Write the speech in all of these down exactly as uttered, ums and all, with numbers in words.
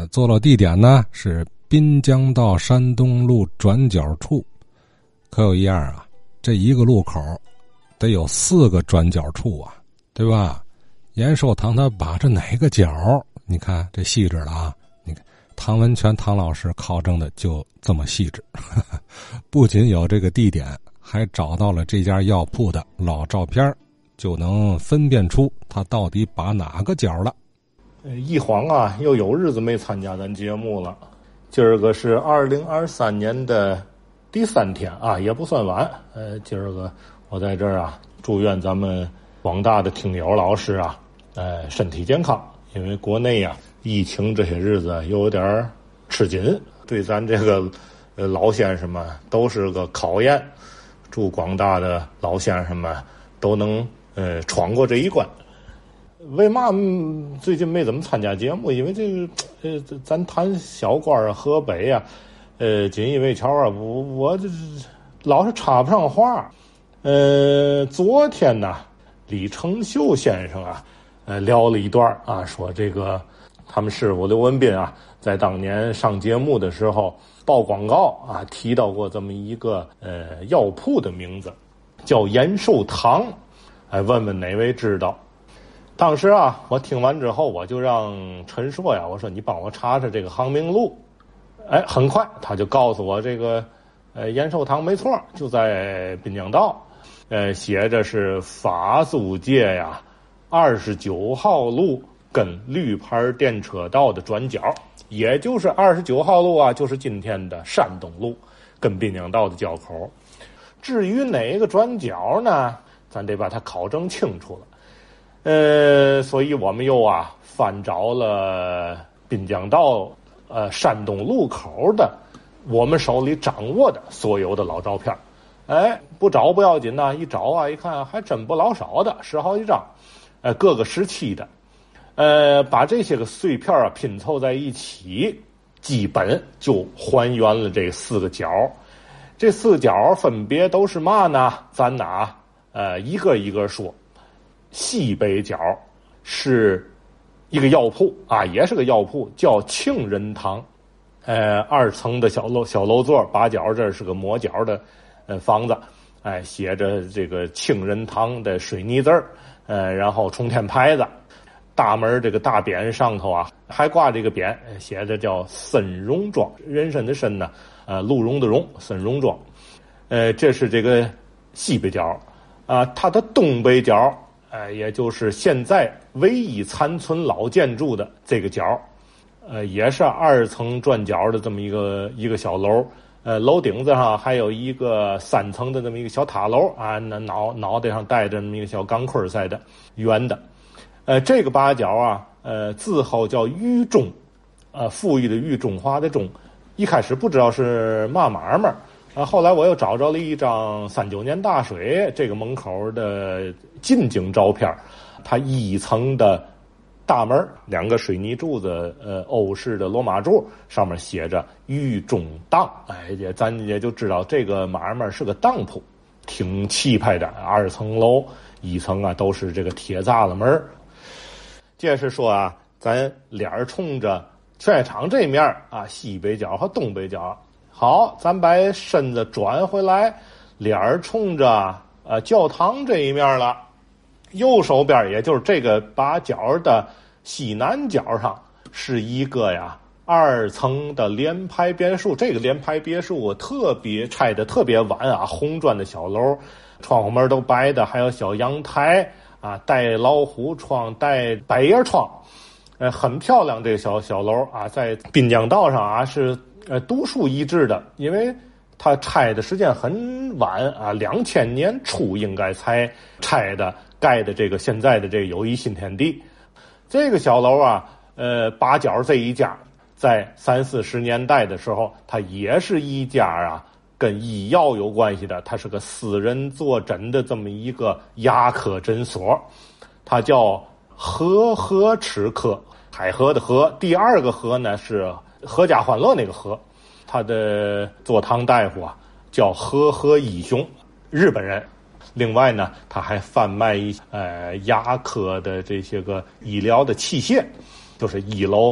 呃，坐落地点呢是滨江道山东路转角处。可有一样啊，这一个路口得有四个转角处啊，对吧？严寿堂他把这哪个角，你看这细致了啊！你看唐文全唐老师考证的就这么细致，不仅有这个地点，还找到了这家药铺的老照片，就能分辨出他到底把哪个角了。 一晃啊，又有日子没参加咱节目了。今儿个是二零二三年的第三天啊，也不算晚。呃，今儿个我在这儿啊，祝愿咱们广大的听友老师啊，呃，身体健康。因为国内啊，疫情这些日子有点吃紧，对咱这个呃老先生们都是个考验。祝广大的老先生们都能呃闯过这一关。为嘛最近没怎么参加节目？因为这个，呃，咱谈小官啊、河北啊，呃，锦衣卫桥啊，我我这老是插不上话。呃，昨天呢，李承秀先生啊，呃，聊了一段啊，说这个他们师傅刘文彬啊，在当年上节目的时候报广告啊，提到过这么一个呃药铺的名字，叫延寿堂。哎，问问哪位知道？当时啊，我听完之后，我就让陈硕呀，我说你帮我查查这个航明路。哎，很快他就告诉我这个，呃，延寿堂没错，就在滨江道，呃，写着是法租界呀，二十九号路跟绿牌电车道的转角，也就是二十九号路啊，就是今天的山东路跟滨江道的交口。至于哪个转角呢，咱得把它考证清楚了。呃，所以我们又啊翻找了滨江道呃山东路口的我们手里掌握的所有的老照片。哎，不找不要紧呐，一找啊一看还真不老少的，十好几张，呃各个时期的，呃把这些个碎片啊拼凑在一起，基本就还原了这四个角。这四个角分别都是嘛呢？咱哪呃一个一个说。西北角是一个药铺啊，也是个药铺，叫庆仁堂，呃，二层的小楼小楼座，八角这是个磨角的呃房子，哎，写着这个庆仁堂的水泥字儿，呃，然后冲天牌子，大门这个大匾上头啊还挂这个匾，写着叫参荣庄，人参的参呢，呃，鹿茸的茸，参荣庄，呃，这是这个西北角啊，它的东北角。呃，也就是现在唯一残存老建筑的这个角，呃，也是二层转角的这么一个一个小楼，呃，楼顶子上还有一个三层的这么一个小塔楼啊，那脑脑袋上带着这么一个小钢盔似的圆的，呃，这个八角啊，呃，字号叫裕中，呃，富裕的裕，中华的中，一开始不知道是嘛买卖。啊，后来我又找着了一张三九年大水这个门口的近景照片，它一层的大门，两个水泥柱子，呃，欧式的罗马柱，上面写着裕中当，哎，也咱也就知道这个买卖是个当铺，挺气派的，二层楼，一层啊都是这个铁栅栏门。这是说啊，咱脸冲着劝业场这面啊，西北角和东北角。好，咱把身子转回来，脸儿冲着呃教堂这一面了。右手边也就是这个八角的西南角上是一个呀二层的联排别墅。这个联排别墅特别拆的特别晚啊，红砖的小楼，窗户门都白的，还有小阳台啊，带老虎窗，带百叶窗，呃，很漂亮。这个小小楼啊，在滨江道上啊是。呃，独树一帜的，因为它拆的时间很晚啊，两千年初应该才拆的，盖的这个现在的这个友谊新天地，这个小楼啊，呃，八角这一家，在三四十年代的时候，它也是一家啊，跟医药有关系的，它是个私人坐诊的这么一个牙科诊所，它叫和和齿科，海河的河，第二个河呢是。阖家欢乐那个阖，他的坐堂大夫啊叫和和一雄，日本人。另外呢，他还贩卖一呃牙科的这些个医疗的器械，就是一楼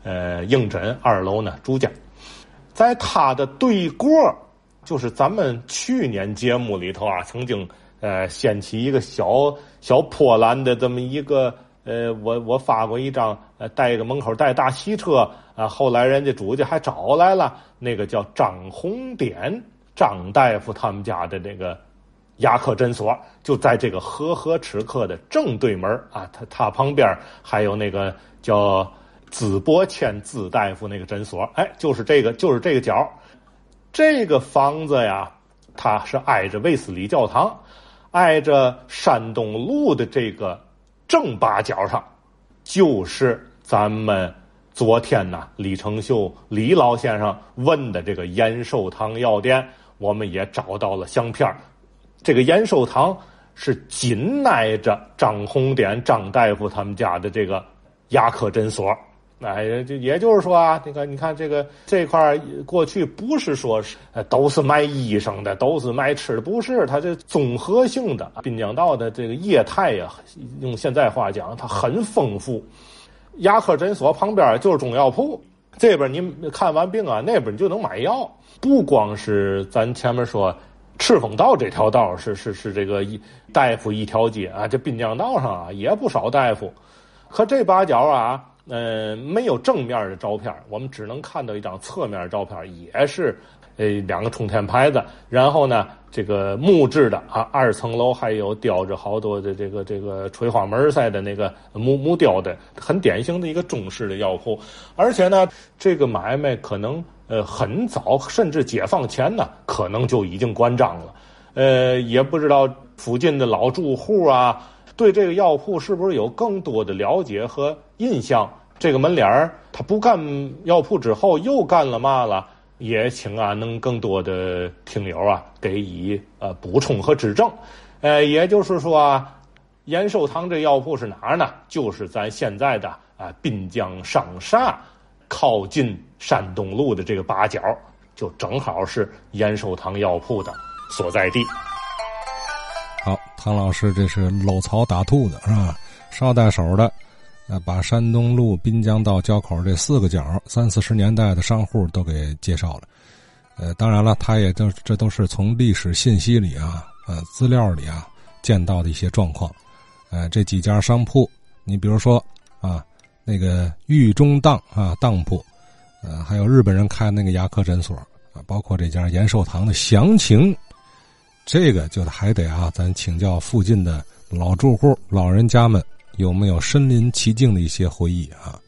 呃应诊，二楼呢住家。在他的对过，就是咱们去年节目里头啊，曾经呃掀起一个小小波澜的这么一个呃，我我发过一张呃带个门口带大汽车啊，后来人家主家还找来了，那个叫张红点张大夫他们家的那个牙科诊所，就在这个和合齿科的正对门啊，他他旁边还有那个叫淄博谦淄大夫那个诊所，哎，就是这个就是这个角。这个房子呀，它是挨着卫斯理教堂，挨着山东路的这个正八角上，就是咱们昨天呢李成秀李老先生问的这个延寿堂药店，我们也找到了相片。这个延寿堂是紧挨着张红点张大夫他们家的这个牙科诊所。哎，也就是说啊，这个你看这个这块过去不是说是都是卖医生的，都是卖吃的，不是，它这综合性的滨江道的这个业态呀，用现在话讲，它很丰富。牙科诊所旁边就是中药铺，这边你看完病啊，那边你就能买药。不光是咱前面说赤峰道这条道是是是这个大夫一条街啊，这滨江道上啊也不少大夫，可这八角啊。呃，没有正面的照片，我们只能看到一张侧面的照片，也是呃两个冲天牌子，然后呢，这个木质的啊，二层楼还有雕着好多的这个这个垂花门赛的那个木木雕的，很典型的一个中式的药铺。而且呢，这个买卖可能呃很早，甚至解放前呢，可能就已经关张了。呃，也不知道附近的老住户啊，对这个药铺是不是有更多的了解和印象？这个门脸儿他不干药铺之后又干了嘛了？也请啊能更多的听友啊给予呃补充和指正。呃，也就是说啊，延寿堂这药铺是哪儿呢？就是咱现在的啊滨江商厦靠近山东路的这个八角，就正好是延寿堂药铺的所在地。 好，唐老师这是搂草打兔的是吧？捎带手的呃，把山东路滨江道交口这四个角三四十年代的商户都给介绍了。呃，当然了，他也都这都是从历史信息里啊，呃，资料里啊见到的一些状况。呃，这几家商铺，你比如说啊，那个豫中当啊当铺，呃，还有日本人开那个牙科诊所啊，包括这家延寿堂的详情，这个就还得啊，咱请教附近的老住户、老人家们。有没有身临其境的一些回忆啊？